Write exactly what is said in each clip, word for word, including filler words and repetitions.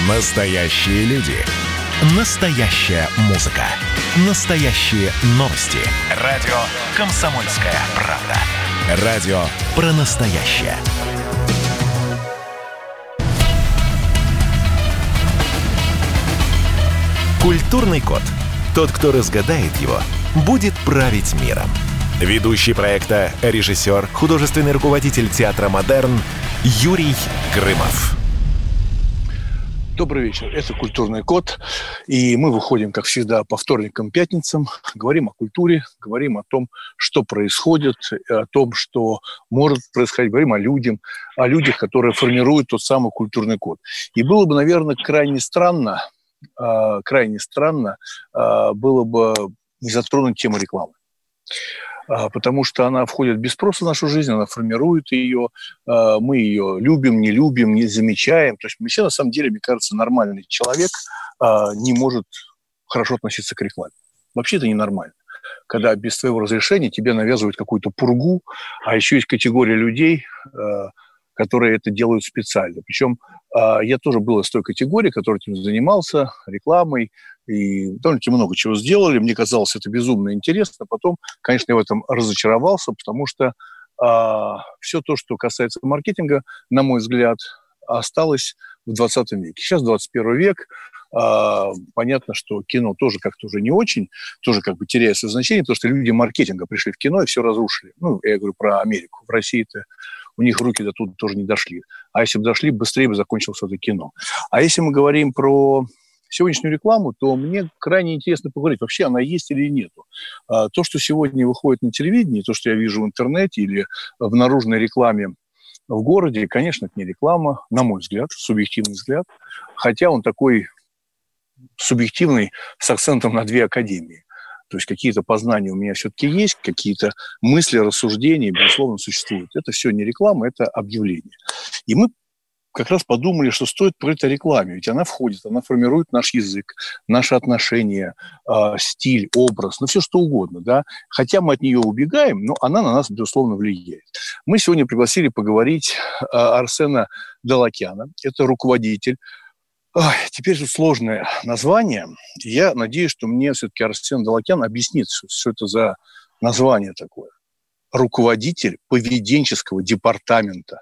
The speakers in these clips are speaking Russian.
Настоящие люди. Настоящая музыка. Настоящие новости. Радио «Комсомольская правда». Радио про настоящее. Культурный код. Тот, кто разгадает его, будет править миром. Ведущий проекта, режиссер, художественный руководитель театра «Модерн» Юрий Грымов. Добрый вечер. Это «Культурный код». И мы выходим, как всегда, по вторникам, пятницам. Говорим о культуре, говорим о том, что происходит, о том, что может происходить. Говорим о людях, о людях, которые формируют тот самый культурный код. И было бы, наверное, крайне странно, э, крайне странно э, было бы не затронуть тему рекламы. Потому что она входит без спроса в нашу жизнь, она формирует ее, мы ее любим, не любим, не замечаем. То есть вообще, на самом деле, мне кажется, нормальный человек не может хорошо относиться к рекламе. Вообще это ненормально. Когда без твоего разрешения тебе навязывают какую-то пургу, а еще есть категория людей, которые это делают специально. Причем я тоже был из той категории, которая этим занимался, рекламой, и довольно-таки много чего сделали. Мне казалось, это безумно интересно. Потом, конечно, я в этом разочаровался, потому что а, все то, что касается маркетинга, на мой взгляд, осталось в двадцатом веке. Сейчас двадцать первый век. А, понятно, что кино тоже как-то уже не очень, тоже как бы теряет свое значение, потому что люди маркетинга пришли в кино и все разрушили. Ну, я говорю про Америку. В России-то у них руки до туда тоже не дошли. А если бы дошли, быстрее бы закончилось это кино. А если мы говорим про сегодняшнюю рекламу, то мне крайне интересно поговорить, вообще она есть или нету. А, то, что сегодня выходит на телевидении, то, что я вижу в интернете или в наружной рекламе в городе, конечно, это не реклама, на мой взгляд, субъективный взгляд, хотя он такой субъективный с акцентом на две академии. То есть какие-то познания у меня все-таки есть, какие-то мысли, рассуждения, безусловно, существуют. Это все не реклама, это объявление. И мы как раз подумали, что стоит говорить о рекламе, ведь она входит, она формирует наш язык, наши отношения, э, стиль, образ, ну все что угодно, да. Хотя мы от нее убегаем, но она на нас, безусловно, влияет. Мы сегодня пригласили поговорить э, Арсена Далакяна, это руководитель. Ой, теперь тут сложное название. Я надеюсь, что мне все-таки Арсен Далакян объяснит, что, что это за название такое. Руководитель поведенческого департамента.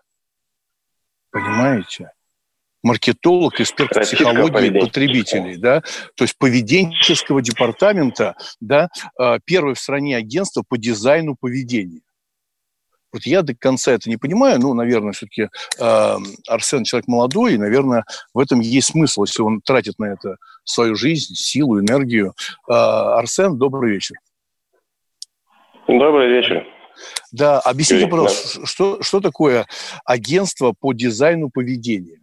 Понимаете? Маркетолог, эксперт в психологии потребителей, да, то есть поведенческого департамента, да, первое в стране агентство по дизайну поведения. Вот я до конца это не понимаю, ну, наверное, все-таки э, Арсен человек молодой, и, наверное, в этом есть смысл, если он тратит на это свою жизнь, силу, энергию. Э, Арсен, добрый вечер. Добрый вечер. Да, объясните, пожалуйста, что, что такое агентство по дизайну поведения?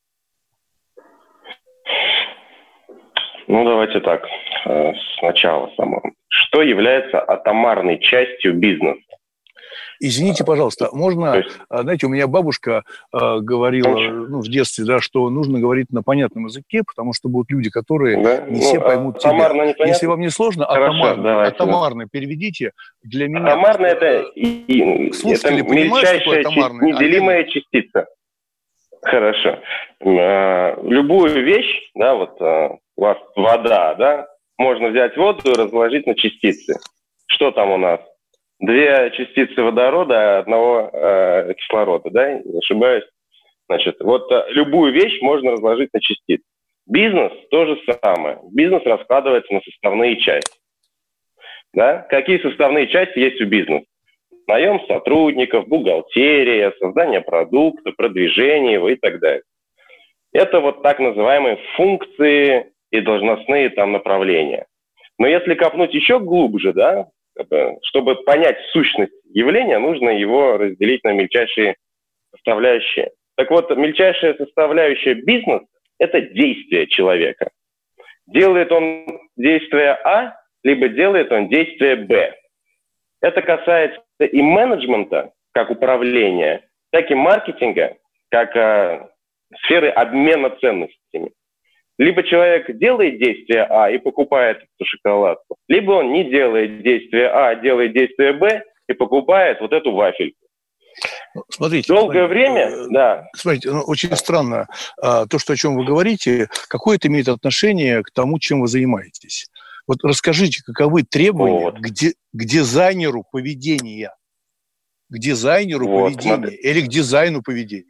Ну, давайте так, сначала самого. Что является атомарной частью бизнеса? Извините, пожалуйста, можно, есть... знаете, у меня бабушка э, говорила ну, в детстве, да, что нужно говорить на понятном языке, потому что будут люди, которые да? не ну, все поймут тебя. Если вам не сложно, атомарно, атомарно переведите для меня. Атомарно это, и, это мельчайшая, неделимая частица. Хорошо. Любую вещь, да, вот у вас вода, да, можно взять воду и разложить на частицы. Что там у нас? Две частицы водорода, одного э, кислорода, да, не ошибаюсь. Значит, вот э, любую вещь можно разложить на частицы. Бизнес то же самое. Бизнес раскладывается на составные части. Да? Какие составные части есть у бизнеса? Наем сотрудников, бухгалтерия, создание продукта, продвижение его и так далее. Это вот так называемые функции и должностные там направления. Но если копнуть еще глубже, да, чтобы понять сущность явления, нужно его разделить на мельчайшие составляющие. Так вот, мельчайшая составляющая бизнеса – это действие человека. Делает он действие А, либо делает он действие Б. Это касается и менеджмента, как управления, так и маркетинга, как э, сферы обмена ценностями. Либо человек делает действие А и покупает эту шоколадку, либо он не делает действие А, а делает действие Б и покупает вот эту вафельку. Смотрите, долгое смотрите, время, да. Смотрите, ну, очень странно а, то, что, о чем вы говорите, какое это имеет отношение к тому, чем вы занимаетесь. Вот расскажите, каковы требования Вот. к, ди- к дизайнеру поведения, к дизайнеру Вот, поведения смотри. или к дизайну поведения?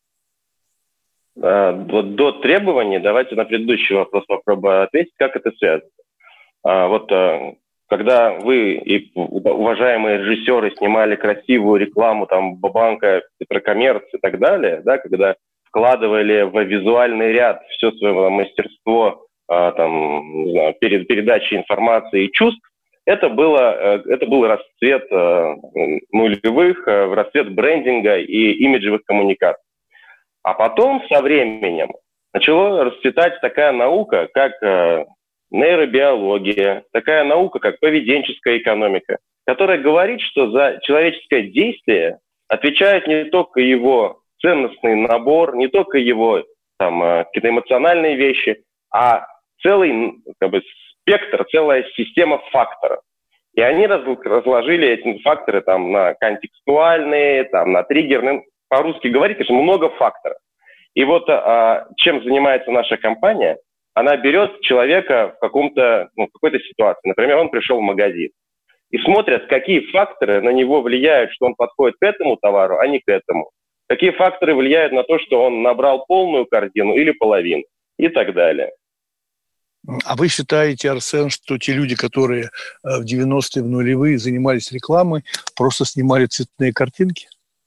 А, вот до требований, давайте на предыдущий вопрос попробую ответить, как это связано. А, вот а, когда вы и уважаемые режиссеры снимали красивую рекламу там Бабанка, Петрокоммерц и так далее, да, когда вкладывали в визуальный ряд все свое мастерство а, там, не знаю, перед передачей информации и чувств, это, было, это был расцвет а, нулевых, а, расцвет брендинга и имиджевых коммуникаций. А потом со временем начала расцветать такая наука, как а, нейробиология, такая наука, как поведенческая экономика, которая говорит, что за человеческое действие отвечает не только его ценностный набор, не только его там, какие-то эмоциональные вещи, а целый как бы, спектр, целая система факторов. И они разложили эти факторы там, на контекстуальные, там, на триггерные. По-русски говорить, конечно, много факторов. И вот а, чем занимается наша компания, она берет человека в, каком-то, ну, в какой-то ситуации. Например, он пришел в магазин. И смотрят, какие факторы на него влияют, что он подходит к этому товару, а не к этому. Какие факторы влияют на то, что он набрал полную корзину или половину. И так далее. А вы считаете, Арсен, что те люди, которые в девяностые, в нулевые занимались рекламой, просто снимали цветные картинки?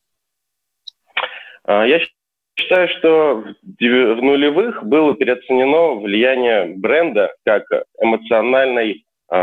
Я считаю, что в нулевых было переоценено влияние бренда как эмоциональной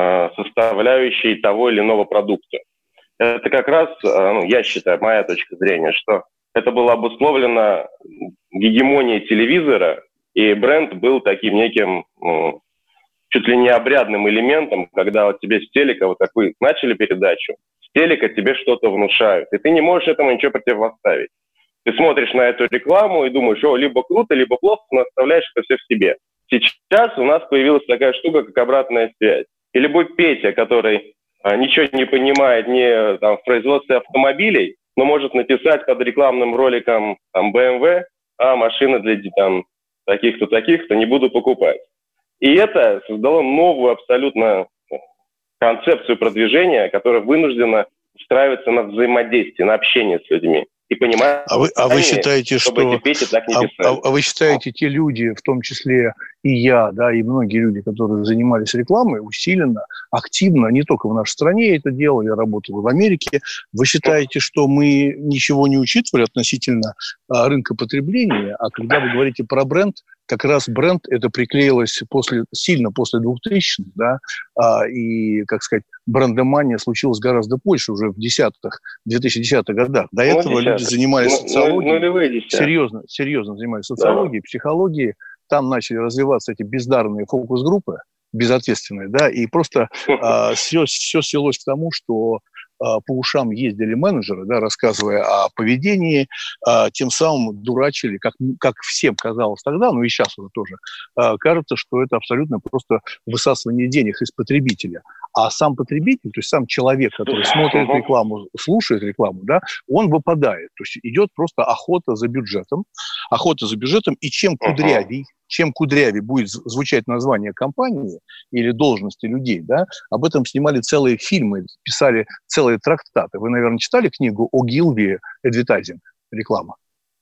составляющей того или иного продукта. Это как раз, ну, я считаю, моя точка зрения, что это было обусловлено гегемонией телевизора, и бренд был таким неким, ну, чуть ли не обрядным элементом, когда вот тебе с телека, вот как вы начали передачу, с телека тебе что-то внушают, и ты не можешь этому ничего противопоставить. Ты смотришь на эту рекламу и думаешь, о, либо круто, либо плохо, но оставляешь это все в себе. Сейчас у нас появилась такая штука, как обратная связь. И любой Петя, который а, ничего не понимает ни там, в производстве автомобилей, но может написать под рекламным роликом там, бэ эм вэ, а машина для там, таких-то, таких-то, не буду покупать. И это создало новую абсолютно концепцию продвижения, которая вынуждена устраиваться на взаимодействие, на общение с людьми. И понимать, а вы, а вы считаете, что так не а, а, а вы считаете, те люди, в том числе и я, да, и многие люди, которые занимались рекламой, усиленно, активно, не только в нашей стране я это делал, я работал в Америке, вы считаете, что мы ничего не учитывали относительно а, рынка потребления, а когда вы говорите про бренд, как раз бренд это приклеилось после, сильно после двухтысячных, да, а, и, как сказать, брендомания случилась гораздо позже, уже в десятых, две тысячи десятых годах. До ну, этого десятых. Люди занимались ну, социологией, серьезно, серьезно занимались социологией, да. Психологией, там начали развиваться эти бездарные фокус-группы, безответственные, да, и просто а, все, все свелось к тому, что по ушам ездили менеджеры, да, рассказывая о поведении, а, тем самым дурачили, как, как всем казалось тогда, ну и сейчас уже тоже, а, кажется, что это абсолютно просто высасывание денег из потребителя. А сам потребитель, то есть сам человек, который смотрит рекламу, слушает рекламу, да, он выпадает. То есть идет просто охота за бюджетом, охота за бюджетом, и чем кудрявей, чем кудрявее будет звучать название компании или должности людей, да, об этом снимали целые фильмы, писали целые трактаты. Вы, наверное, читали книгу Ogilvy Advertising, реклама?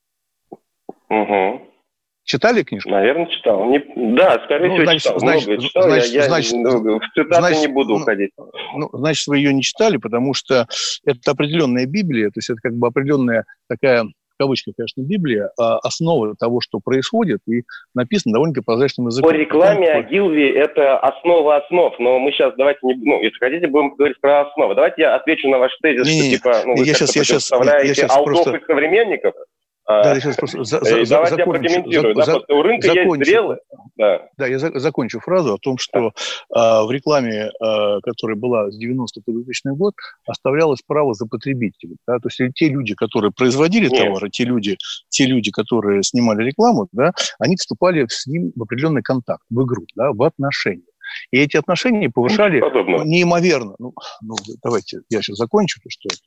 Угу. Читали книжку? Наверное, читал. Не... Да, скорее ну, всего, значит, читал. Значит, Много читал. Значит, я, значит, я ну, в цитаты значит, не буду ну, уходить. Ну, значит, вы ее не читали, потому что это определенная Библия, то есть это как бы определенная такая, в кавычках, конечно, Библия, основа того, что происходит, и написано довольно прозрачным языком. По рекламе Ogilvy это основа основ, но мы сейчас давайте, не, ну, если хотите, будем говорить про основы. Давайте я отвечу на ваш тезис, не, что не, типа, ну, вы я сейчас, я сейчас, я сейчас алтов просто... и современников. Да, я сейчас просто за, за, давайте закончу, я прокомментирую. За, да, за, у рынка закончу, есть зрелые. Да. да, я за, закончу фразу о том, что да. э, в рекламе, э, которая была с девяностых по двухтысячный год, оставлялось право за потребителем. Да? То есть те люди, которые производили Нет. товары, те люди, те люди, которые снимали рекламу, да, они вступали с ним в определенный контакт, в игру, да, в отношения. И эти отношения повышали неимоверно. Ну, ну, давайте я сейчас закончу, то что это.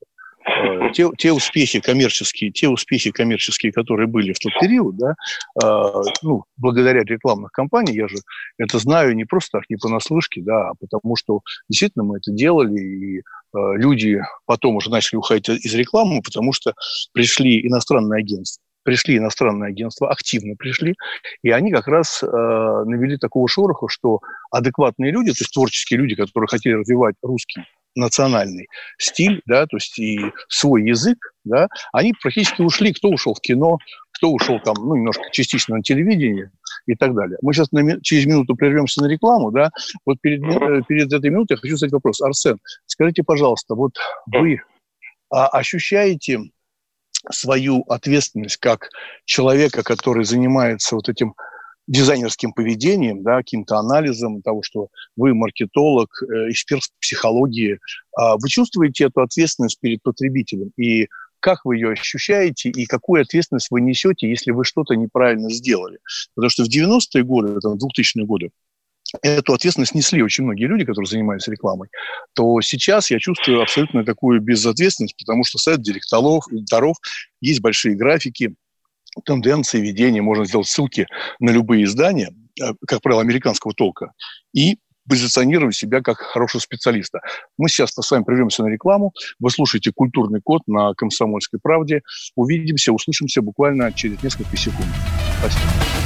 те, те успехи коммерческие, те успехи коммерческие, которые были в тот период, да, ну, благодаря рекламных кампаниям, я же это знаю не просто так, не понаслышке, да, а потому что действительно мы это делали, и люди потом уже начали уходить из рекламы, потому что пришли иностранные агентства. Пришли иностранные агентства, активно пришли, и они как раз э, навели такого шороха, что адекватные люди, то есть творческие люди, которые хотели развивать русский национальный стиль, да, то есть и свой язык, да, они практически ушли, кто ушел в кино, кто ушел там, ну, немножко частично на телевидение и так далее. Мы сейчас на, через минуту прервемся на рекламу, да, вот перед, перед этой минутой я хочу задать вопрос. Арсен, скажите, пожалуйста, вот вы а, ощущаете свою ответственность как человека, который занимается вот этим дизайнерским поведением, да, каким-то анализом того, что вы маркетолог, э, эксперт в психологии, э, вы чувствуете эту ответственность перед потребителем? И как вы ее ощущаете, и какую ответственность вы несете, если вы что-то неправильно сделали? Потому что в девяностые годы, там, двухтысячные годы, эту ответственность несли очень многие люди, которые занимаются рекламой, то сейчас я чувствую абсолютно такую безответственность, потому что сайт директоров, директоров есть большие графики, тенденции, ведения, можно сделать ссылки на любые издания, как правило, американского толка, и позиционировать себя как хорошего специалиста. Мы сейчас с вами прервемся на рекламу. Вы слушаете «Культурный код» на «Комсомольской правде». Увидимся, услышимся буквально через несколько секунд. Спасибо.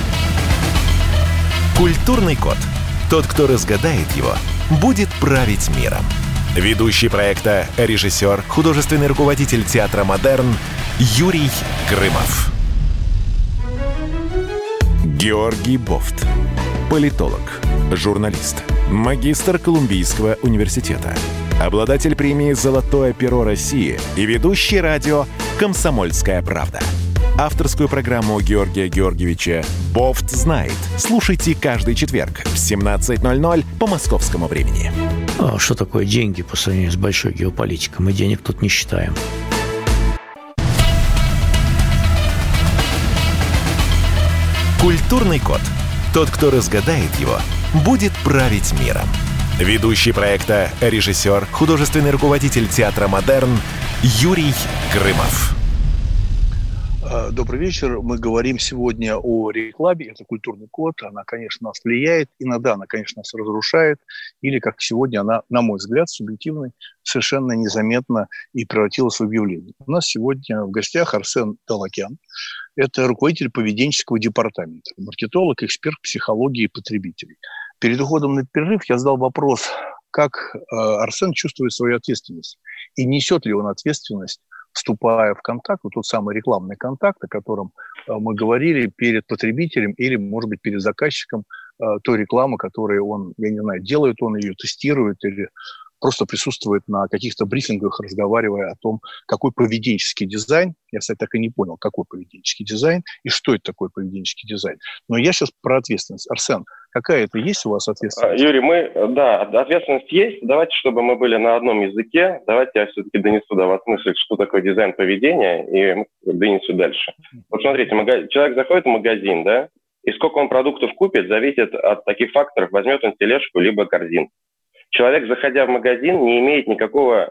«Культурный код». Тот, кто разгадает его, будет править миром. Ведущий проекта, режиссер, художественный руководитель театра «Модерн» Юрий Грымов. Георгий Бофт. Политолог, журналист, магистр Колумбийского университета, обладатель премии «Золотое перо России» и ведущий радио «Комсомольская правда». Авторскую программу Георгия Георгиевича «Бофт знает». Слушайте каждый четверг в семнадцать ноль ноль по московскому времени. А что такое деньги по сравнению с большой геополитикой? Мы денег тут не считаем. «Культурный код». Тот, кто разгадает его, будет править миром. Ведущий проекта, режиссер, художественный руководитель театра «Модерн» Юрий Грымов. Добрый вечер. Мы говорим сегодня о рекламе. Это культурный код. Она, конечно, нас влияет. Иногда она, конечно, нас разрушает. Или, как сегодня, она, на мой взгляд, субъективной, совершенно незаметно и превратилась в объявление. У нас сегодня в гостях Арсен Далакян. Это руководитель поведенческого департамента, маркетолог, эксперт психологии потребителей. Перед уходом на перерыв я задал вопрос, как э, Арсен чувствует свою ответственность. И несет ли он ответственность, вступая в контакт, вот тот самый рекламный контакт, о котором э, мы говорили, перед потребителем или, может быть, перед заказчиком э, той рекламы, которую он, я не знаю, делает он ее, тестирует или просто присутствует на каких-то брифингах, разговаривая о том, какой поведенческий дизайн. Я, кстати, так и не понял, какой поведенческий дизайн и что это такое поведенческий дизайн. Но я сейчас про ответственность. Арсен, какая это есть у вас ответственность? Юрий, мы, да, ответственность есть. Давайте, чтобы мы были на одном языке, давайте я все-таки донесу до вас мысль, что такое дизайн поведения, и донесу дальше. Вот смотрите, человек заходит в магазин, да, и сколько он продуктов купит, зависит от таких факторов, возьмет он тележку либо корзинку. Человек, заходя в магазин, не имеет никакого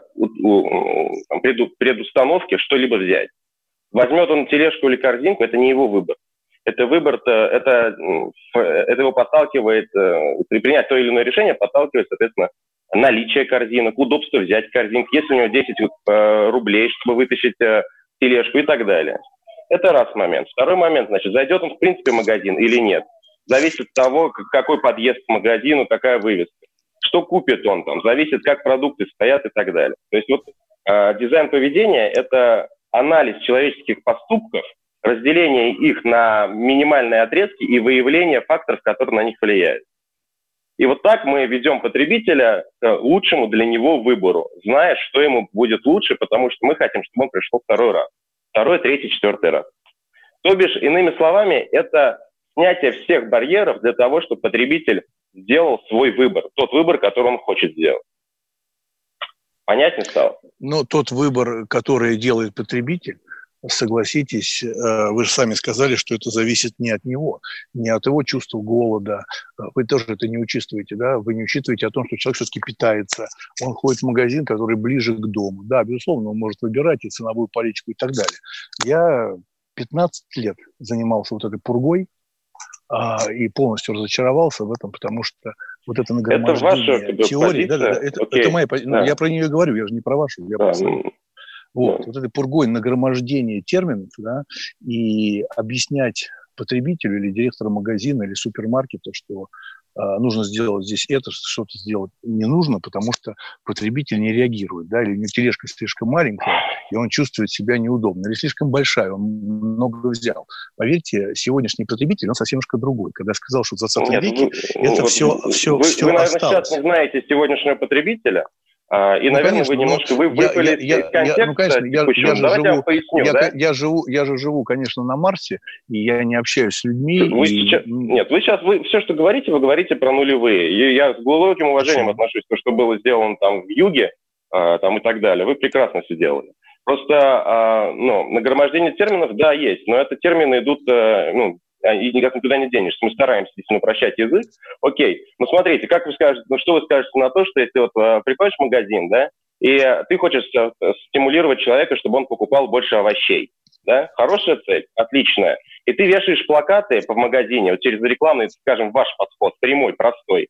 предустановки что-либо взять. Возьмет он тележку или корзинку, это не его выбор. Это выбор, это, это его подталкивает, при принять то или иное решение, подталкивает, соответственно, наличие корзинок, удобство взять корзинку, если у него десять рублей, чтобы вытащить тележку и так далее. Это раз момент. Второй момент, значит, зайдет он в принципе в магазин или нет. Зависит от того, какой подъезд к магазину, какая вывеска. Что купит он там, зависит, как продукты стоят и так далее. То есть вот э, дизайн поведения – это анализ человеческих поступков, разделение их на минимальные отрезки и выявление факторов, которые на них влияют. И вот так мы ведем потребителя к лучшему для него выбору, зная, что ему будет лучше, потому что мы хотим, чтобы он пришел второй раз, второй, третий, четвертый раз. То бишь, иными словами, это снятие всех барьеров для того, чтобы потребитель сделал свой выбор, тот выбор, который он хочет сделать. Понятнее стало? Но тот выбор, который делает потребитель, согласитесь, вы же сами сказали, что это зависит не от него, не от его чувства голода. Вы тоже это не учитываете, да? Вы не учитываете о том, что человек все-таки питается. Он ходит в магазин, который ближе к дому. Да, безусловно, он может выбирать и ценовую политику и так далее. Я пятнадцать лет занимался вот этой пургой а, и полностью разочаровался в этом, потому что вот это нагромождение теории... Да, да, да, это, это моя позиция. Да. Я про нее говорю, я же не про вашу. Я да, про ну... Вот, вот этой пургой нагромождение терминов, да, и объяснять потребителю или директору магазина или супермаркета, что э, нужно сделать здесь это, что-то сделать не нужно, потому что потребитель не реагирует, да, или у него тележка слишком маленькая, и он чувствует себя неудобно, или слишком большая, он много взял. Поверьте, сегодняшний потребитель, он совсем немножко другой. Когда я сказал, что в двадцатом веке вы, это вот все, все, вы, все вы, наверное, осталось. сейчас не знаете сегодняшнего потребителя, А, и, ну, наверное, конечно, вы немножко вы я, выпали я, из контекста. Я, ну, конечно, я, я, же Давайте живу, я поясню, я, да? я, живу, я же живу, конечно, на Марсе, и я не общаюсь с людьми. Вы и... сейчас, нет, вы сейчас вы, все, что говорите, вы говорите про нулевые. И я с глубоким уважением Почему? отношусь к тому, что было сделано там в Юге а, там, и так далее. Вы прекрасно все делали. Просто а, ну, нагромождение терминов, да, есть, но это термины идут... А, ну, и никак никуда не денешься. Мы стараемся действительно упрощать язык. Окей. Ну, смотрите, как вы скажете, ну, что вы скажете на то, что если вот а, приходишь в магазин, да, и ты хочешь стимулировать человека, чтобы он покупал больше овощей. Да? Хорошая цель, отличная. И ты вешаешь плакаты по магазине, вот через рекламный, скажем, ваш подход, прямой, простой.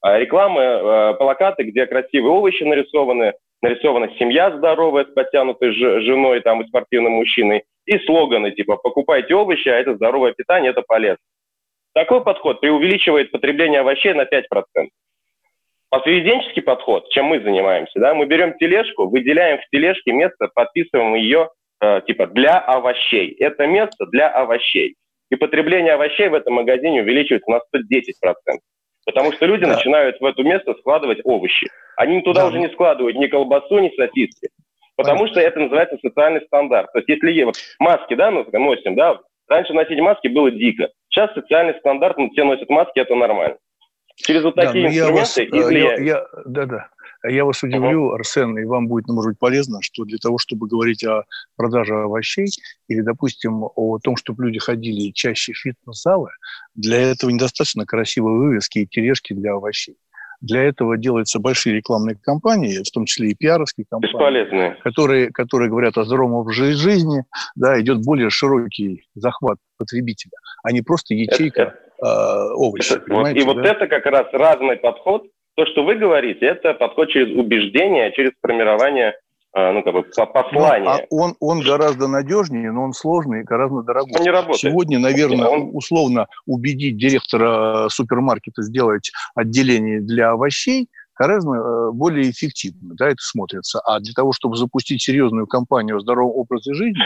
Рекламы, плакаты, где красивые овощи нарисованы, нарисована семья здоровая с подтянутой женой там, и спортивным мужчиной, и слоганы типа «покупайте овощи, а это здоровое питание, это полезно». Такой подход преувеличивает потребление овощей на пять процентов. Поведенческий подход, чем мы занимаемся, да, мы берем тележку, выделяем в тележке место, подписываем ее э, типа для овощей. Это место для овощей. И потребление овощей в этом магазине увеличивается на сто десять процентов. Потому что люди да. начинают в это место складывать овощи. Они туда да. уже не складывают ни колбасу, ни сосиски. Потому Понятно. Что это называется социальный стандарт. То есть если вот маски, да, мы носим, да, раньше носить маски было дико. Сейчас социальный стандарт, ну, все носят маски, это нормально. Через вот такие да, инструменты я, я, да, да. Я вас удивлю, uh-huh. Арсен, и вам будет, может быть, полезно, что для того, чтобы говорить о продаже овощей или, допустим, о том, чтобы люди ходили чаще в фитнес-залы, для этого недостаточно красивой вывески и тележки для овощей. Для этого делаются большие рекламные кампании, в том числе и пиаровские кампании, которые, которые говорят о здоровом образе жизни, да, идет более широкий захват потребителя, а не просто ячейка это, э, овощей. Это, вот, и да? вот это как раз разный подход. То, что вы говорите, это подход через убеждение, через формирование ну, как бы, послания. Ну, а он, он гораздо надежнее, но он сложный и гораздо дорогой. Он не работает. Сегодня, наверное, он... условно убедить директора супермаркета сделать отделение для овощей гораздо более эффективно, да, это смотрится. А для того, чтобы запустить серьезную кампанию о здоровом образе жизни,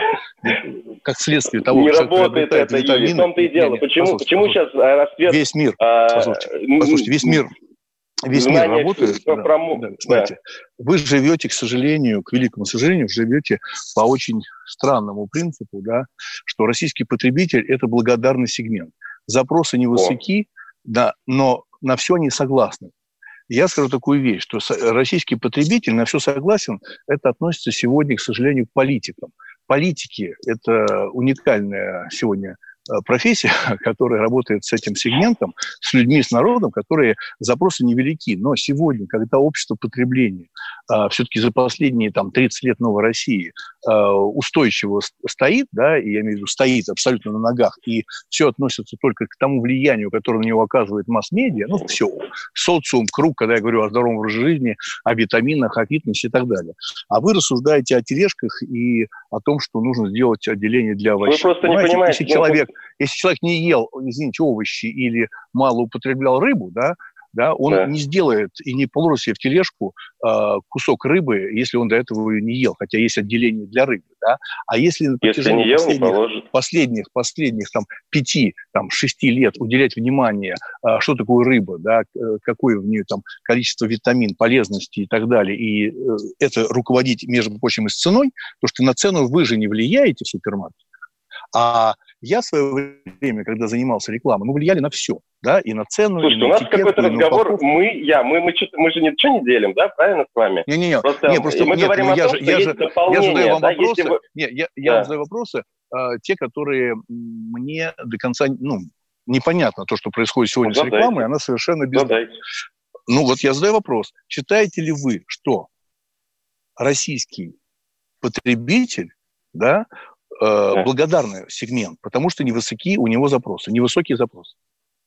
как следствие того, не что работает это, витамины, в том-то и дело. Не, почему, почему сейчас расцвет... Весь мир, послушайте, послушайте, весь мир... Весь мир работает. Да, пром... да, смотрите, да. Вы живете, к сожалению, к великому сожалению, живете по очень странному принципу, да, что российский потребитель – это благодарный сегмент. Запросы невысоки, да, но на все они согласны. Я скажу такую вещь, что российский потребитель на все согласен, это относится сегодня, к сожалению, к политикам. Политики – это уникальная сегодня профессия, которая работает с этим сегментом, с людьми, с народом, которые запросы невелики. Но сегодня, когда общество потребления э, все-таки за последние там, тридцать лет Новой России э, устойчиво стоит, да, и я имею в виду стоит абсолютно на ногах, и все относится только к тому влиянию, которое на него оказывает масс-медиа, ну, все, социум, круг, когда я говорю о здоровом образе жизни, о витаминах, о фитнесе и так далее. А вы рассуждаете о тележках и о том, что нужно сделать отделение для овощей. Вы просто не понимаете, если человек Если человек не ел, извините, овощи или мало употреблял рыбу, да, да, он да. не сделает и не положит себе в тележку э, кусок рыбы, если он до этого ее не ел, хотя есть отделение для рыбы. Да? А если на протяжении не ел, последних, последних, последних там, пяти, там, шести лет уделять внимание, э, что такое рыба, да, какое в нее там, количество витамин, полезности и так далее, и э, это руководить, между прочим, и с ценой, потому что на цену вы же не влияете в супермаркете. А я в свое время, когда занимался рекламой, мы влияли на все. да, и на цену, Слушайте, и на у нас этикетку, какой-то разговор, мы, я, мы, мы, мы же ничего не делим, да, правильно с вами? Не-не-не, просто, не, просто мы нет, говорим ну, о я том, же, что я есть же, дополнение. я задаю вам да, вопросы, вы... не, я, я да. вам задаю вопросы, а, те, которые мне до конца, ну, непонятно, то, что происходит сегодня ну, с рекламой, она совершенно бездарна. Ну, вот я задаю вопрос, считаете ли вы, что российский потребитель, да, э, да. благодарный сегмент, потому что невысокие у него запросы, невысокие запросы?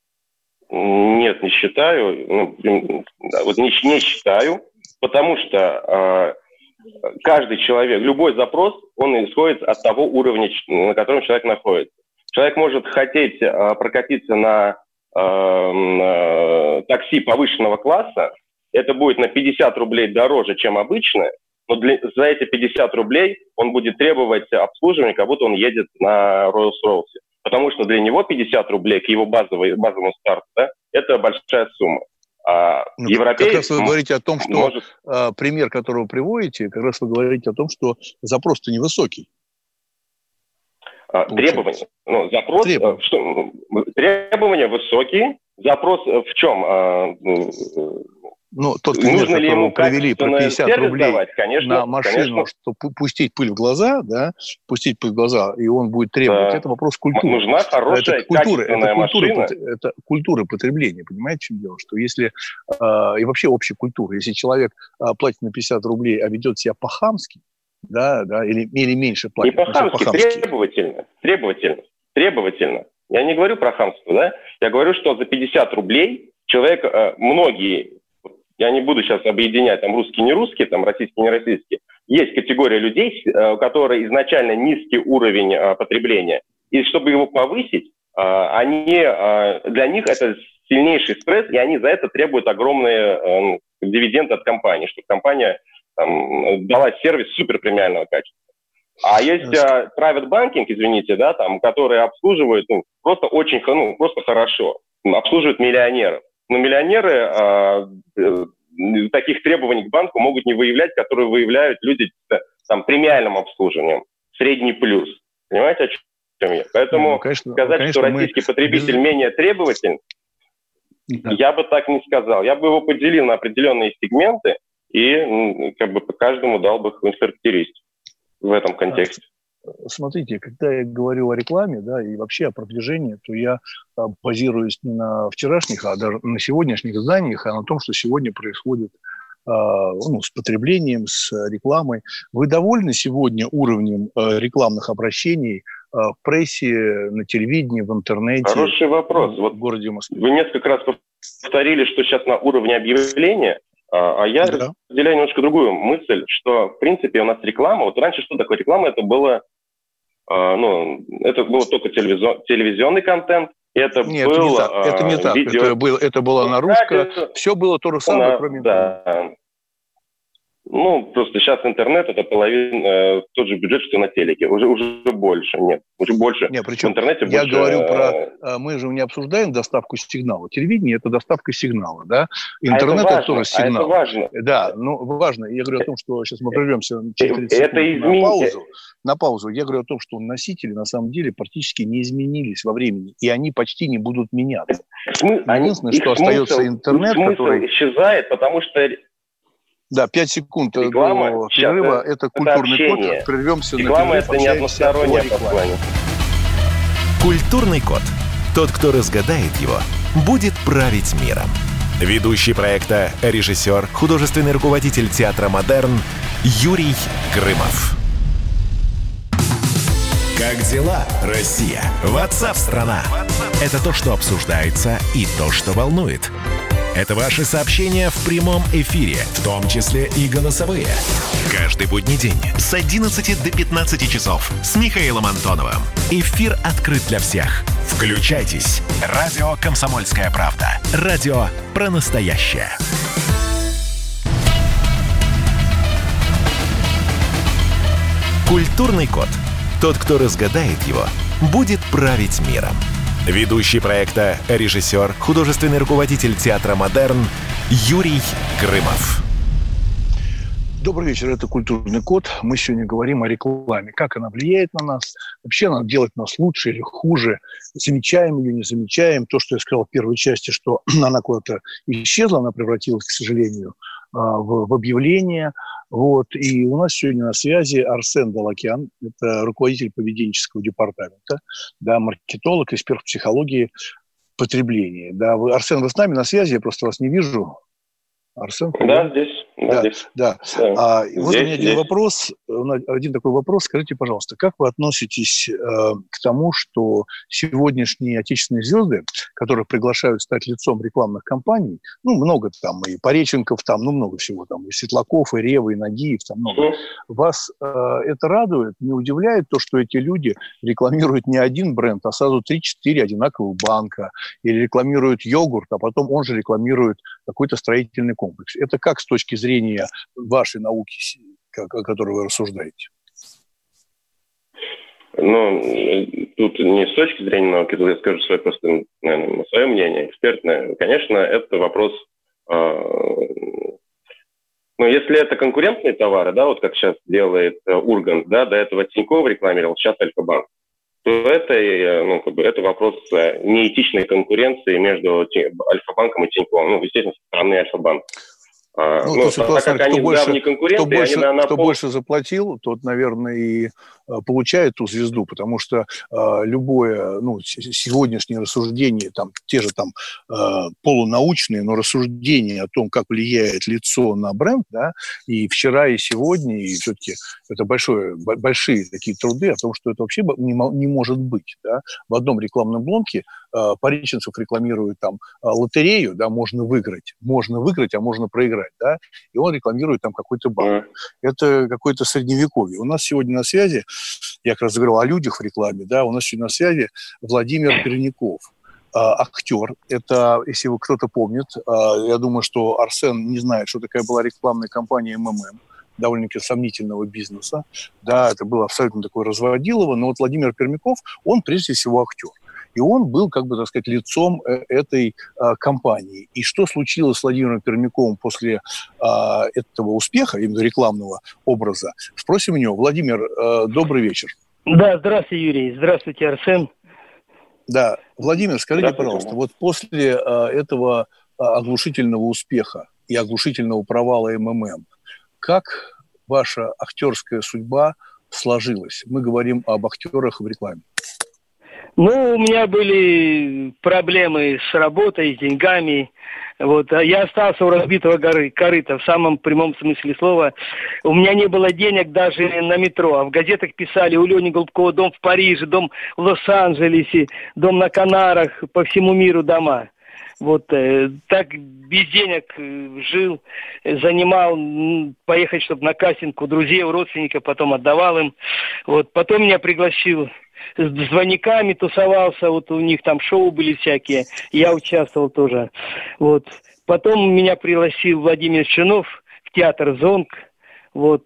Нет, не считаю. Ну, вот не, не считаю, потому что э, каждый человек, любой запрос, он исходит от того уровня, на котором человек находится. Человек может хотеть э, прокатиться на э, э, такси повышенного класса, это будет на пятьдесят рублей дороже, чем обычно, но для, за эти пятьдесят рублей он будет требовать обслуживания, как будто он едет на Rolls-Royce. Потому что для него пятьдесят рублей к его базовой, базовому старту, да, это большая сумма. А ну, европеец... Как раз вы говорите о том, что может... э, пример, который вы приводите, как раз вы говорите о том, что запрос-то невысокий. А, требования. Ну, запрос... Требования. Что, требования высокие. Запрос в чем? А, Ну, тот пример, нужно ли ему провели про пятьдесят рублей давать? Конечно, на машину, конечно. чтобы пустить пыль в глаза, да, пустить пыль в глаза, и он будет требовать. Да. Это вопрос культуры. Нужна хорошая, это культура, качественная это культура, машина. Это культура потребления, понимаете, в чем дело? Что если, э, и вообще общая культура, если человек э, платит на пятьдесят рублей, а ведет себя по-хамски, да, да, или, или меньше платит. Не по-хамски, требовательно, требовательно, требовательно. Я не говорю про хамство, да, я говорю, что за пятьдесят рублей человек, э, многие... Я не буду сейчас объединять там русские, не русские, там российские, не российские. Есть категория людей, у которых изначально низкий уровень потребления. И чтобы его повысить, они, для них это сильнейший стресс, и они за это требуют огромные дивиденды от компании, чтобы компания там, дала сервис суперпремиального качества. А есть private banking, извините, да, там, которые обслуживают ну, просто очень ну, просто хорошо, обслуживают миллионеров. Но миллионеры э, э, таких требований к банку могут не выявлять, которые выявляют люди там, премиальным обслуживанием, средний плюс. Понимаете, о чем я? Поэтому ну, конечно, сказать, конечно, что российский мы... потребитель менее требователен, да. я бы так не сказал. Я бы его поделил на определенные сегменты и как бы по каждому дал бы характеристику в этом контексте. Смотрите, когда я говорю о рекламе, да, и вообще о продвижении, то я а, базируюсь не на вчерашних, а даже на сегодняшних изданиях, а на том, что сегодня происходит а, ну, с потреблением, с рекламой. Вы довольны сегодня уровнем а, рекламных обращений а, в прессе, на телевидении, в интернете? Хороший вопрос. В вот городе Москве. Вы несколько раз повторили, что сейчас на уровне объявления, а, а я да. разделяю немножко другую мысль, что, в принципе, у нас реклама, вот раньше что такое реклама, это было Ну, это был только телевизион, телевизионный контент. Это Нет, был, это не так. Это, не так. Видео... это, было, это было на русском. Все было то же самое, на... кроме да. интернета. Ну, просто сейчас интернет – это половина, э, тот же бюджет, что на телеке. Уже, уже больше. Нет, уже больше. Нет, причем в интернете я больше... говорю про… Мы же не обсуждаем доставку сигнала. Телевидение – это доставка сигнала, да? Интернет – а это, это тоже сигнал. А это важно. Да, ну, важно. Я говорю о том, что сейчас мы прервемся через тридцать это секунд измен... на паузу. На паузу. Я говорю о том, что носители на самом деле практически не изменились во времени, и они почти не будут меняться. Смы... Единственное, они... что остается смысл, интернет, смысл который… исчезает, потому что… Да, пять секунд реклама, до перерыва. Это, это культурный общение. код. Прервемся реклама на перерыв. Это не одностороннее послание. Культурный код. Тот, кто разгадает его, будет править миром. Ведущий проекта, режиссер, художественный руководитель театра «Модерн» Юрий Грымов. Как дела, Россия? Ватсап-страна! Это то, что обсуждается, и то, что волнует. Это ваши сообщения в прямом эфире, в том числе и голосовые. Каждый будний день с одиннадцати до пятнадцати часов с Михаилом Антоновым. Эфир открыт для всех. Включайтесь. Радио «Комсомольская правда». Радио про настоящее. Культурный код. Тот, кто разгадает его, будет править миром. Ведущий проекта, режиссер, художественный руководитель театра «Модерн» Юрий Грымов. Добрый вечер, это «Культурный код». Мы сегодня говорим о рекламе. Как она влияет на нас? Вообще она делает нас лучше или хуже? Замечаем ее, не замечаем? То, что я сказал в первой части, что она куда-то исчезла, она превратилась, к сожалению, в, в объявление. Вот. И у нас сегодня на связи Арсен Далакян. Это руководитель поведенческого департамента, да, маркетолог, эксперт психологии потребления. Да, вы, Арсен, вы с нами на связи? Я просто вас не вижу. Арсен? Да, здесь. Да, да. да. да. А, вот здесь, у меня один здесь. вопрос, один такой вопрос. Скажите, пожалуйста, как вы относитесь э, к тому, что сегодняшние отечественные звезды, которых приглашают стать лицом рекламных кампаний, ну, много там, и Пореченков там, ну, много всего там, и Светлаков, и Рева, и Нагиев, там много. Mm. Вас э, это радует, не удивляет то, что эти люди рекламируют не один бренд, а сразу три-четыре одинаковых банка, или рекламируют йогурт, а потом он же рекламирует какой-то строительный комплекс. Это как с точки зрения вашей науки, о которой вы рассуждаете? Ну, тут не с точки зрения науки, тут я скажу свое просто, наверное, свое мнение, экспертное. Конечно, это вопрос... Э, ну, если это конкурентные товары, да, вот как сейчас делает Ургант, да, до этого Тинькофф рекламировал, сейчас Альфа-банк, то это, ну, как бы, это вопрос неэтичной конкуренции между Альфа-банком и Тиньковым. Ну, естественно, со стороны Альфа-банка. Ну, ну, то, так как они больше, давние конкуренты, кто больше, они, наверное, кто пол... больше заплатил, тот, наверное, и получает ту звезду, потому что э, любое, ну, сегодняшнее рассуждение, там, те же там э, полунаучные, но рассуждения о том, как влияет лицо на бренд, да, и вчера, и сегодня, и все-таки это большое, большие такие труды о том, что это вообще не, не может быть, да. В одном рекламном блоке э, Пореченцев рекламирует там лотерею, да, можно выиграть, можно выиграть, а можно проиграть, да, и он рекламирует там какой-то банк. Mm. Это какое-то средневековье. У нас сегодня на связи, я как раз говорил о людях в рекламе, да, у нас сегодня на связи Владимир Пермяков, э, актер. Это, если вы кто-то помнит, э, я думаю, что Арсен не знает, что такая была рекламная кампания эм эм эм, довольно-таки сомнительного бизнеса. Да, это было абсолютно такое разводилово, но вот Владимир Пермяков, он прежде всего актер. И он был, как бы, так сказать, лицом этой э, компании. И что случилось с Владимиром Пермяковым после э, этого успеха, именно рекламного образа, спросим у него. Владимир, э, добрый вечер. Да, здравствуйте, Юрий. Здравствуйте, Арсен. Да, Владимир, скажите, пожалуйста, вот после э, этого э, оглушительного успеха и оглушительного провала эм эм эм, как ваша актерская судьба сложилась? Мы говорим об актерах в рекламе. Ну, у меня были проблемы с работой, с деньгами. Вот. Я остался у разбитого горы, корыта, в самом прямом смысле слова. У меня не было денег даже на метро. А в газетах писали: у Лени Голубкова дом в Париже, дом в Лос-Анджелесе, дом на Канарах, по всему миру дома. Вот э, так без денег э, жил, э, занимал, м, поехать, чтобы на кастинг у друзей, у родственников, потом отдавал им. Вот. Потом меня пригласил, с двойниками тусовался, вот у них там шоу были всякие, я участвовал тоже. Вот. Потом меня пригласил Владимир Чернов в театр «Зонг». Вот.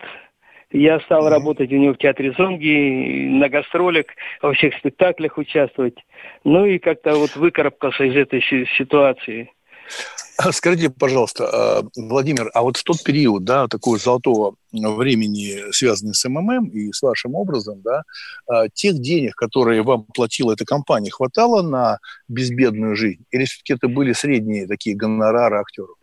Я стал работать у него в театре «Зонги», на гастролях, во всех спектаклях участвовать. Ну и как-то вот выкарабкался из этой ситуации. Скажите, пожалуйста, Владимир, а вот в тот период, да, такого золотого времени, связанный с эм эм эм и с вашим образом, да, тех денег, которые вам платила эта компания, хватало на безбедную жизнь? Или все-таки это были средние такие гонорары актеров?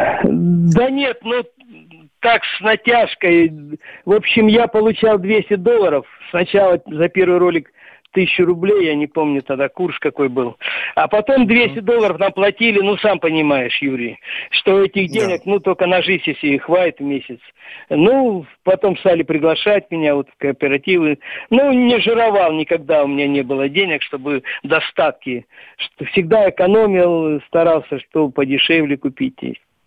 Да нет, ну так с натяжкой. В общем, я получал двести долларов. Сначала за первый ролик тысячу рублей, я не помню тогда курс какой был. А потом двести долларов нам платили, ну, сам понимаешь, Юрий, что этих денег, да. ну, только на жизнь, если их хватит в месяц. Ну, потом стали приглашать меня вот в кооперативы. Ну, не жировал никогда, у меня не было денег, чтобы достатки. Всегда экономил, старался, что подешевле купить.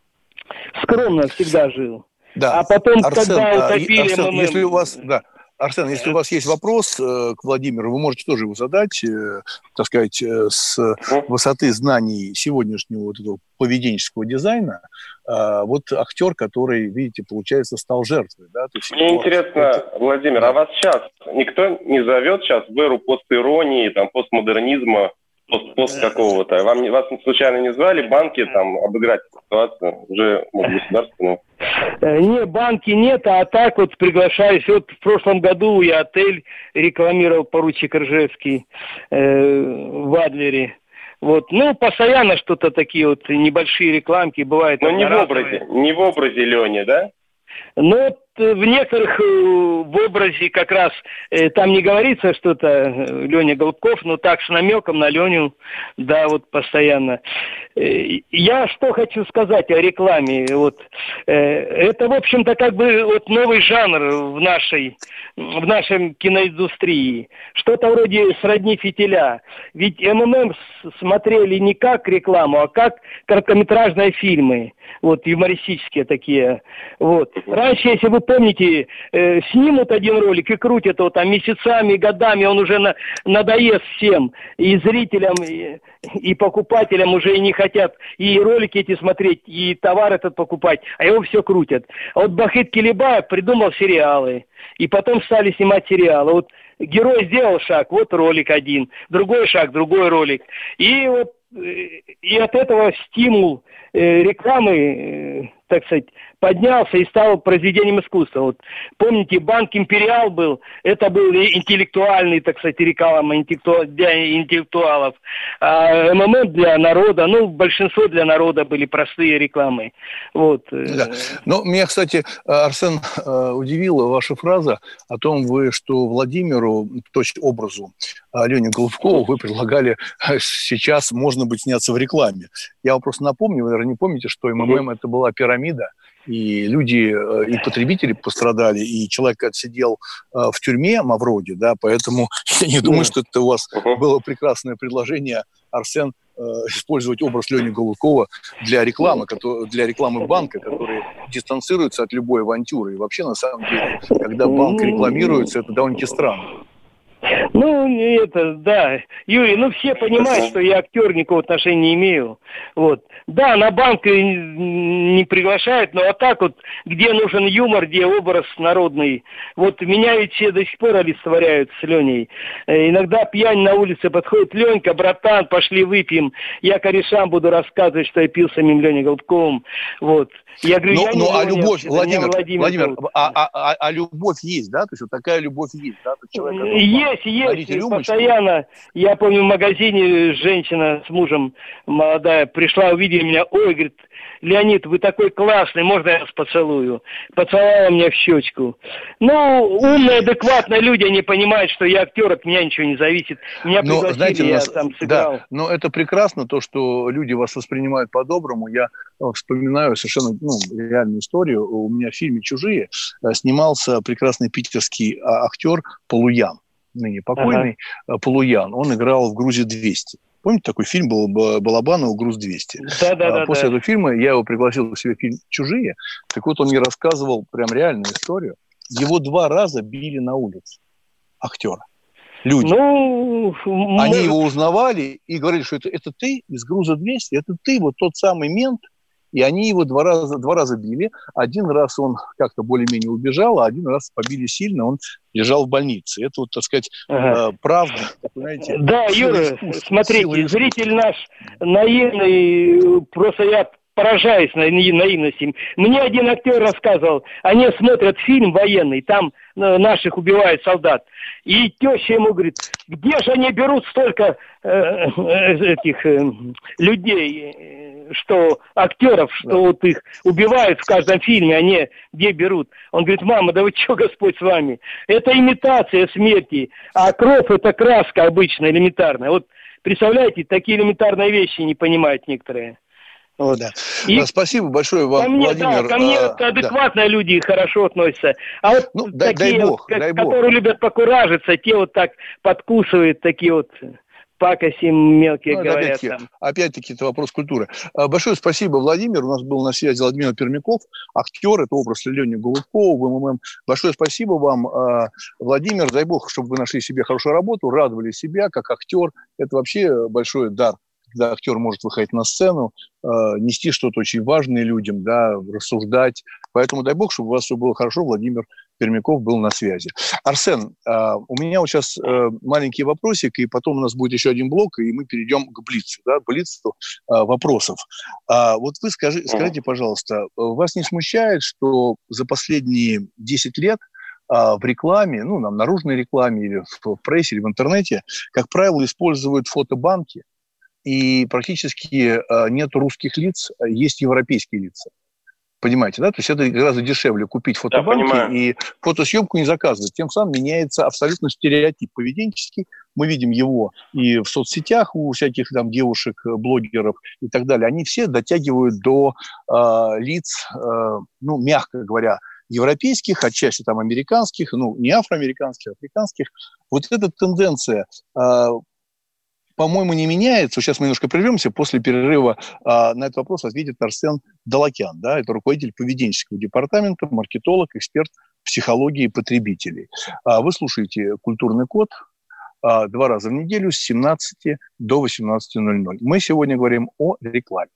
Скромно всегда жил. Да. А потом, Арсен, когда утопили Арсен, эм эм эм... если у вас... Да. Арсен, если у вас есть вопрос э, к Владимиру, вы можете тоже его задать, э, так сказать, э, с высоты знаний сегодняшнего вот этого поведенческого дизайна. Э, вот актер, который, видите, получается, стал жертвой. Да? То есть, Мне его... интересно, это... Владимир, да. а вас сейчас никто не зовет сейчас в эру постиронии, там, постмодернизма пост, пост какого-то. Вам, вас случайно не звали банки там обыграть ситуацию? Уже, может, государственную? Не, банки нет, а так вот приглашаюсь. Вот в прошлом году я отель рекламировал, поручик Ржевский, э, в Адлере. Вот, ну, постоянно что-то такие вот небольшие рекламки бывают. Но не в образе, не в образе Лёни, да? Ну, в некоторых в образе как раз э, там не говорится что-то Леня Голубков, но так с намеком на Леню, да, вот постоянно. Э, я что хочу сказать о рекламе. Вот, э, это, в общем-то, как бы вот новый жанр в нашей, в нашей киноиндустрии. Что-то вроде сродни фитиля. Ведь эм эм эм смотрели не как рекламу, а как короткометражные фильмы. Вот, юмористические такие. Вот. Раньше, если вы помните, э, снимут один ролик и крутят его там месяцами, годами, он уже на, надоест всем. И зрителям, и, и покупателям уже и не хотят и ролики эти смотреть, и товар этот покупать, а его все крутят. А вот Бахыт Келебаев придумал сериалы, и потом стали снимать сериалы. Вот герой сделал шаг, вот ролик один, другой шаг, другой ролик. И вот и от этого стимул э, рекламы, э, так сказать, поднялся и стал произведением искусства. Вот, помните, банк «Империал» был, это был интеллектуальный, так сказать, реклама интеллекту... для интеллектуалов, а эм эм эм для народа, ну, большинство для народа были простые рекламы. Вот. Да. Но меня, кстати, Арсен, удивила ваша фраза о том, вы, что Владимиру, то есть образу Лене Голубкову, вы предлагали сейчас, можно быть, сняться в рекламе. Я вам просто напомню, вы, наверное, не помните, что эм эм эм это была пирамида, и люди, и потребители пострадали, и человек отсидел в тюрьме, Мавроди, да, поэтому я не думаю, что это у вас было прекрасное предложение, Арсен, использовать образ Лени Голубкова для рекламы, для рекламы банка, который дистанцируется от любой авантюры. И вообще, на самом деле, когда банк рекламируется, это довольно-таки странно. Ну, это, да. Юрий, ну, все понимают, что я актер, никакого отношения не имею. Вот. Да, на банк не приглашают, но а так вот, где нужен юмор, где образ народный. Вот меня ведь все до сих пор олицетворяют с Леней. Иногда пьянь на улице подходит: Ленька, братан, пошли выпьем. Я корешам буду рассказывать, что я пил самим Леней Голубковым. Вот. Я говорю, ну, я ну, не а Леня, любовь, Владимир, Владимир, Владимир а, а, а, а любовь есть, да? То есть вот такая любовь есть, да? Человек, есть, есть, постоянно. Я помню, в магазине женщина с мужем молодая пришла, увидели меня, ой, говорит, Леонид, вы такой классный, можно я вас поцелую? Поцеловала меня в щечку. Ну, умные, адекватные люди, они понимают, что я актер, от меня ничего не зависит. Меня но, пригласили, знаете, я нас, там сыграл. Да, но это прекрасно, то, что люди вас воспринимают по-доброму. Я вспоминаю совершенно ну, реальную историю. У меня в фильме «Чужие» снимался прекрасный питерский актер Полуян, ныне покойный, ага. Полуян. Он играл в «Грузе двести». Помните, такой фильм был Балабанова «Груз двести»? Да, да, да. После да. этого фильма я его пригласил в себе фильм «Чужие». Так вот, он мне рассказывал прям реальную историю. Его два раза били на улице, актера. Люди. Ну, Они может... его узнавали и говорили, что это, это ты из «Груза двести», это ты, вот тот самый мент. И они его два раза, два раза били. Один раз он как-то более-менее убежал, а один раз побили сильно, он лежал в больнице. Это вот, так сказать, ага. правда. Понимаете, да, Юра, смотрите, зритель наш наивный, просто я поражаюсь на наивности. Мне один актер рассказывал, они смотрят фильм военный, там наших убивают солдат. И теща ему говорит, где же они берут столько э, этих э, людей, что актеров, что да. вот их убивают в каждом фильме, они где берут? Он говорит, мама, да вы что, Господь с вами? Это имитация смерти, а кровь это краска обычная, элементарная. Вот представляете, такие элементарные вещи не понимают некоторые. Вот. Да. И спасибо большое вам, ко мне, Владимир. Да, ко мне а, адекватные да. люди хорошо относятся. А вот ну, дай, такие, дай бог, вот, дай которые бог. любят покуражиться, те вот так подкусывают, такие вот пакости мелкие ну, говорят. Опять-таки, опять-таки, это вопрос культуры. Большое спасибо, Владимир. У нас был на связи Владимир Пермяков, актер, это образ Лени Голубкова в эм эм эм. Большое спасибо вам, Владимир. Дай бог, чтобы вы нашли себе хорошую работу, радовали себя как актер. Это вообще большой дар, когда актер может выходить на сцену, э, нести что-то очень важное людям, да, рассуждать. Поэтому дай бог, чтобы у вас все было хорошо, Владимир. Пермяков был на связи. Арсен, у меня вот сейчас маленький вопросик, и потом у нас будет еще один блок, и мы перейдем к блицу, да, блицу вопросов. Вот вы скажи, скажите, пожалуйста, вас не смущает, что за последние десять лет в рекламе, ну, на наружной рекламе или в прессе, или в интернете, как правило, используют фотобанки, и практически нет русских лиц, есть европейские лица. Понимаете, да? То есть это гораздо дешевле купить фотобанки да, и фотосъемку не заказывать. Тем самым меняется абсолютно стереотип поведенческий. Мы видим его и в соцсетях у всяких там девушек, блогеров и так далее. Они все дотягивают до э, лиц, э, ну, мягко говоря, европейских, отчасти там американских, ну, не афроамериканских, а африканских. Вот эта тенденция... Э, по-моему, не меняется. Сейчас мы немножко прервемся. После перерыва а, на этот вопрос ответит Арсен Далакян. Да? Это руководитель поведенческого департамента, маркетолог, эксперт психологии потребителей. А, вы слушаете «Культурный код» а, два раза в неделю с семнадцати до восемнадцати ноль ноль. Мы сегодня говорим о рекламе.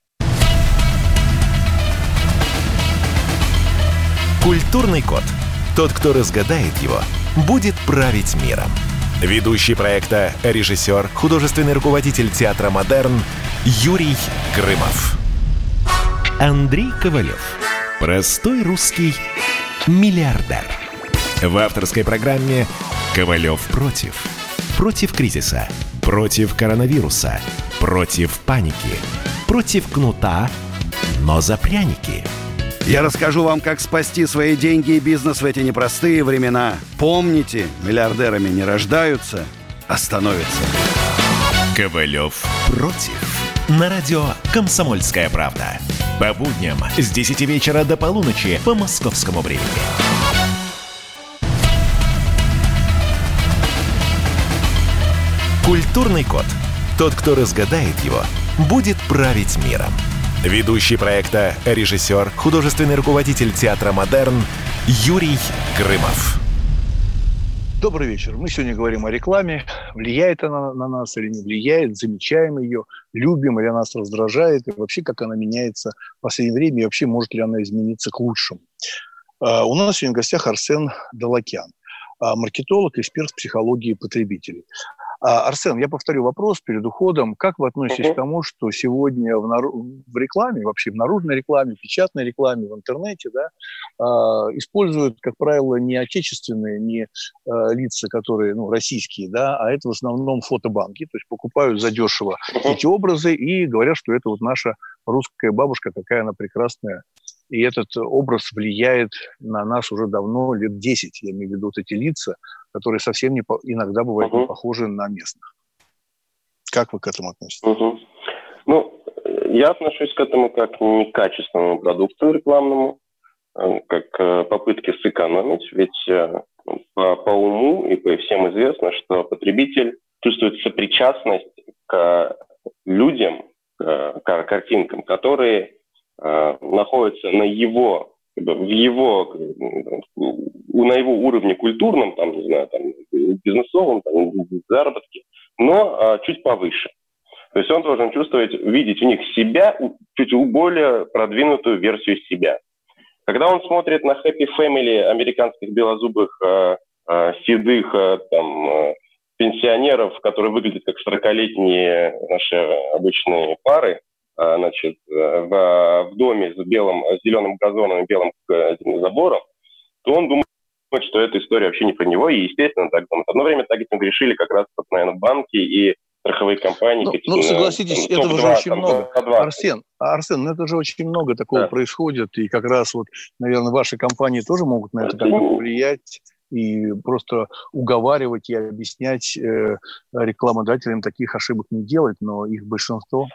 «Культурный код». Тот, кто разгадает его, будет править миром. Ведущий проекта, режиссер, художественный руководитель театра «Модерн» Юрий Грымов. Андрей Ковалев. Простой русский миллиардер. В авторской программе «Ковалев против». Против кризиса, против коронавируса, против паники, против кнута, но за пряники. Я расскажу вам, как спасти свои деньги и бизнес в эти непростые времена. Помните, миллиардерами не рождаются, а становятся. Ковалев против. На радио «Комсомольская правда». По будням с десяти вечера до полуночи по московскому времени. Культурный код. Тот, кто разгадает его, будет править миром. Ведущий проекта, режиссер, художественный руководитель театра «Модерн» Юрий Грымов. Добрый вечер. Мы сегодня говорим о рекламе. Влияет она на нас или не влияет? Замечаем ее? Любим или она нас раздражает? И вообще, как она меняется в последнее время? И вообще, может ли она измениться к лучшему? Uh, у нас сегодня в гостях Арсен Далакян, uh, маркетолог, эксперт психологии потребителей. Арсен, я повторю вопрос перед уходом. Как вы относитесь uh-huh. к тому, что сегодня в, нар... в рекламе, вообще в наружной рекламе, печатной рекламе, в интернете, да, э, используют, как правило, не отечественные, не э, лица, которые, ну, российские, да, а это в основном фотобанки, то есть покупают задешево uh-huh. эти образы и говорят, что это вот наша русская бабушка, какая она прекрасная. И этот образ влияет на нас уже давно, лет десять. Я имею в виду вот эти лица, которые совсем не по... иногда бывают uh-huh. не похожи на местных. Как вы к этому относитесь? Uh-huh. Ну, я отношусь к этому как к некачественному продукту рекламному, как к попытке сэкономить. Ведь по, по уму и по всем известно, что потребитель чувствует сопричастность к людям, к картинкам, которые находятся на его, в его, на его уровне культурном, там, не знаю, там, бизнесовом, там, заработке, но а, чуть повыше. То есть он должен чувствовать, видеть в них себя, чуть более продвинутую версию себя. Когда он смотрит на Happy Family американских белозубых, а, а, седых а, там, а, пенсионеров, которые выглядят как сорокалетние наши обычные пары, значит, в, в доме с белым, с зеленым газоном и белым забором, то он думает, что эта история вообще не про него, и, естественно, так думает. Одно время так этим грешили как раз, наверное, банки и страховые компании. Ну, ну согласитесь, там, этого же очень там, много. Арсен, Арсен, ну это же очень много такого да. происходит, и как раз вот, наверное, ваши компании тоже могут на это как-то повлиять и просто уговаривать и объяснять э, рекламодателям таких ошибок не делать, но их большинство...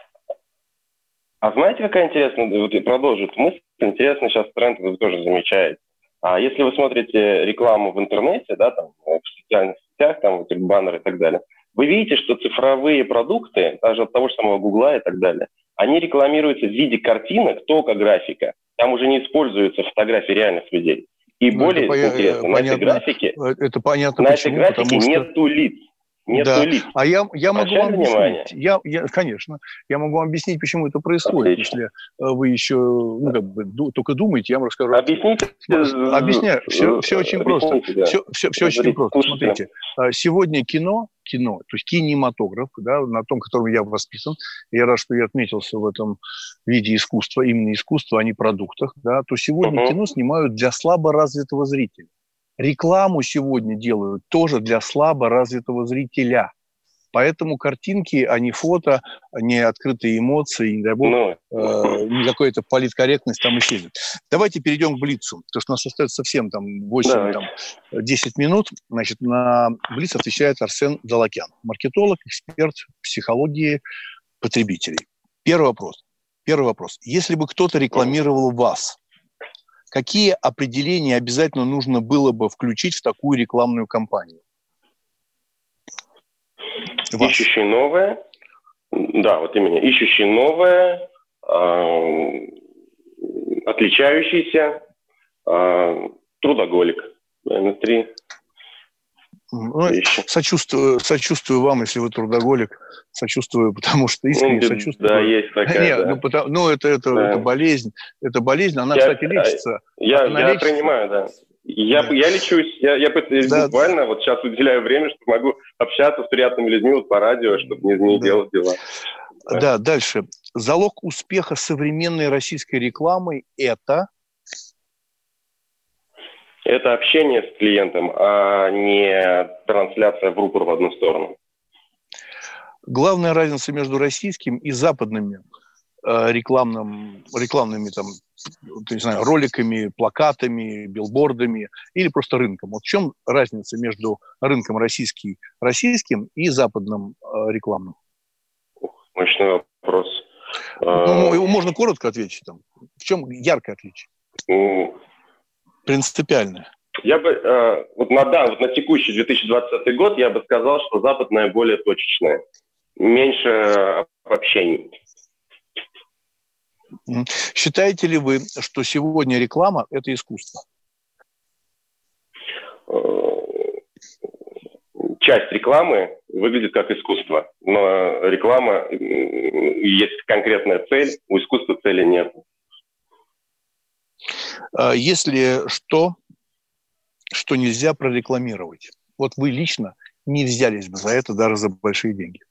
А знаете, какая интересная, вот я продолжу эту мысль, интересный сейчас тренд, вы тоже замечаете. А если вы смотрите рекламу в интернете, да, там, в социальных сетях, там, вот, баннеры и так далее, вы видите, что цифровые продукты, даже от того же самого Гугла и так далее, они рекламируются в виде картинок, только графика. Там уже не используются фотографии реальных людей. И ну, более интересно, на этой графике, это понятно, на почему, этой графике что... нету лиц. нет да. лиц. А я, я могу вам внимание? объяснить. Я, я, конечно. Я могу вам объяснить, почему это происходит. Отлично. Если вы еще ну, как бы, ду, только думаете, я вам расскажу. Объясните. Объясняю. Все, все очень просто. Да. Все, все, все очень просто. Смотрите. Сегодня кино, кино, то есть кинематограф, да, на том, котором я воспитан, я рад, что я отметился в этом виде искусства, именно искусства, а не продуктах, да, то сегодня uh-huh. кино снимают для слабо развитого зрителя. Рекламу сегодня делают тоже для слабо развитого зрителя. Поэтому картинки, а не фото, не открытые эмоции, не дай бог, no. э, не какая-то политкорректность там исчезнет. Давайте перейдем к Блицу, потому что у нас остается совсем там восемь-десять минут. Значит, на Блиц отвечает Арсен Далакян, маркетолог, эксперт психологии потребителей. Первый вопрос. Первый вопрос. Если бы кто-то рекламировал вас, какие определения обязательно нужно было бы включить в такую рекламную кампанию? Вас. Ищущий новое, да, вот именно, ищущий новое, э, отличающийся, э, трудоголик. Наверное, три ну, сочувствую, сочувствую вам, если вы трудоголик, сочувствую, потому что искренне ну, сочувствую. Да, есть такая, Нет, да. Ну, потому, ну это, это, да. это болезнь, это болезнь, она, я, кстати, лечится. Я, она я лечится. принимаю, да. Я, да. я лечусь, я, я да. буквально вот сейчас уделяю время, чтобы могу общаться с приятными людьми вот по радио, чтобы не, не да. делать дела. Да. да, дальше. Залог успеха современной российской рекламы – это? Это общение с клиентом, а не трансляция в рупор в одну сторону. Главная разница между российским и западными э, рекламным, рекламными там, не знаю, роликами, плакатами, билбордами или просто рынком. Вот в чем разница между рынком российский, российским и западным э, рекламным? Мощный вопрос. Ну, его можно коротко ответить. Там. В чем яркое отличие? Mm. Принципиальное. Я бы, э, вот на, да, вот на текущий две тысячи двадцатый год я бы сказал, что западное более точечное. Меньше обобщений. Считаете ли вы, что сегодня реклама – это искусство? Часть рекламы выглядит как искусство, но реклама, есть конкретная цель, у искусства цели нет. Если что, что нельзя прорекламировать, вот вы лично не взялись бы за это даже за большие деньги.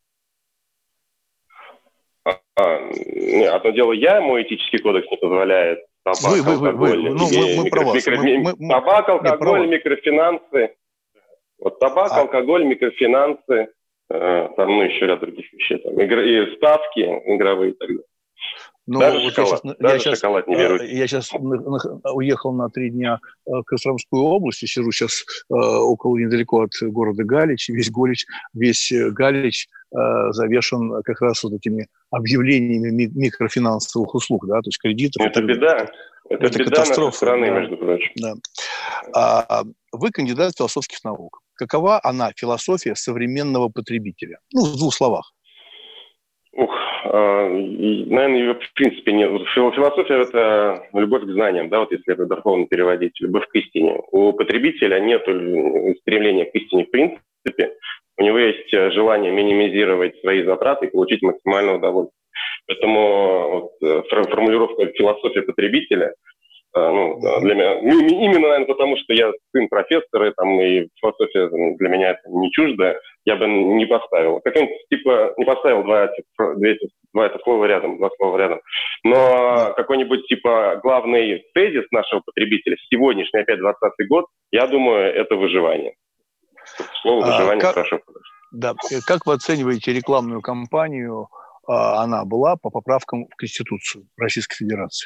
А, нет, одно дело я, мой этический кодекс не позволяет. Табак, вы, вы, алкоголь, вы, вы, ну, мы, мы микро, про вас. Микро, мы, мы, мы, табак, алкоголь, нет, микрофинансы. Вот табак, а. алкоголь, микрофинансы, э, там, ну, еще ряд других вещей. Там, игр, и ставки игровые и так далее. Ну, даже вот шоколад, я сейчас, даже я сейчас, шоколад не берут. Я сейчас уехал на три дня в Костромскую область, и сижу сейчас э, около, недалеко от города Галич, и весь Галич, весь Галич э, завешен как раз вот этими объявлениями ми- микрофинансовых услуг, да, то есть кредитов. Это беда. Это, это беда нашей страны, да, между прочим. Да. А, вы кандидат философских наук. Какова она, философия современного потребителя? Ну, в двух словах. Ух, наверное, ее в принципе нет. Философия – это любовь к знаниям, да, вот если это дословно переводить, любовь к истине. У потребителя нет стремления к истине в принципе. У него есть желание минимизировать свои затраты и получить максимальное удовольствие. Поэтому вот, формулировка философия потребителя, ну, для меня, именно, наверное, потому что я сын профессора, и, там, и философия для меня это не чуждо, я бы не поставил. Как-нибудь типа не поставил два, два, два это слова рядом, два слова рядом. Но какой-нибудь типа главный тезис нашего потребителя, сегодняшний опять двадцатый год, я думаю, это выживание. Слово выживание а, как, хорошо подошло. Да. Как вы оцениваете рекламную кампанию? Она была по поправкам в Конституцию Российской Федерации?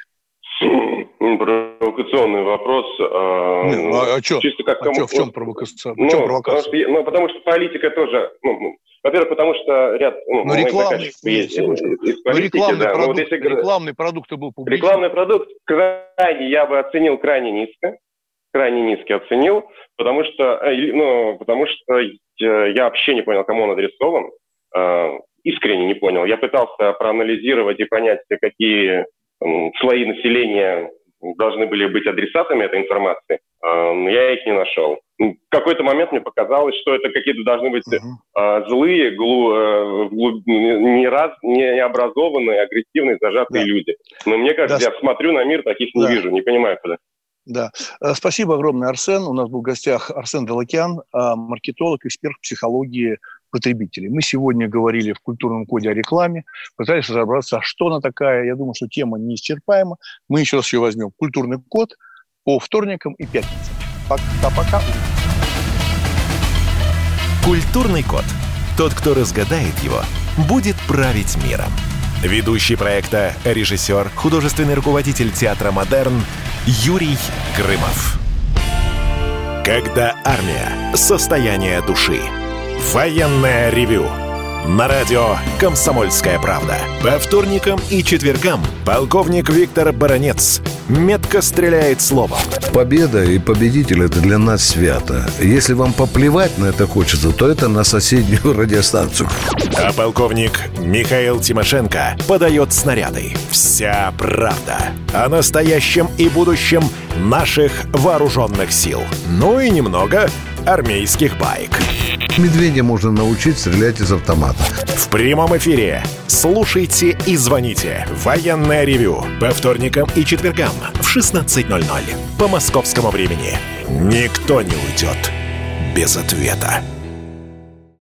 Провокационный вопрос. Не, ну, а, а что? Как а кому... в чем провокация? Ну, в чем провокация? Ну, потому что политика тоже... Ну, во-первых, потому что ряд... Ну, но рекламный, есть, нет, из политики, рекламный, да. продукт, вот если... рекламный продукт был публичный. Рекламный продукт крайне, я бы оценил крайне низко. Крайне низко оценил, потому что, ну, потому что я вообще не понял, кому он адресован. Искренне не понял. Я пытался проанализировать и понять, какие там, слои населения должны были быть адресатами этой информации, я их не нашел. В какой-то момент мне показалось, что это какие-то должны быть uh-huh. злые, глу, глуб, не раз, необразованные, агрессивные, зажатые да. люди. Но мне кажется, да. я смотрю на мир, таких не да. вижу, не понимаю, куда. Да. Спасибо огромное, Арсен. У нас был в гостях Арсен Далакян, маркетолог, эксперт психологии потребителей. Мы сегодня говорили в культурном коде о рекламе, пытались разобраться, что она такая. Я думаю, что тема неисчерпаема. Мы еще раз ее возьмем. Культурный код по вторникам и пятницам. Пока-пока. Культурный код. Тот, кто разгадает его, будет править миром. Ведущий проекта, режиссер, художественный руководитель театра «Модерн» Юрий Грымов. Когда армия. Состояние души. Военное ревю. На радио «Комсомольская правда». По вторникам и четвергам полковник Виктор Баранец метко стреляет словом. Победа и победитель – это для нас свято. Если вам поплевать на это хочется, то это на соседнюю радиостанцию. А полковник Михаил Тимошенко подает снаряды. Вся правда о настоящем и будущем наших вооруженных сил. Ну и немного армейских баек. Медведя можно научить стрелять из автомата. В прямом эфире слушайте и звоните. Военное ревю по вторникам и четвергам в шестнадцать ноль ноль по московскому времени. Никто не уйдет без ответа.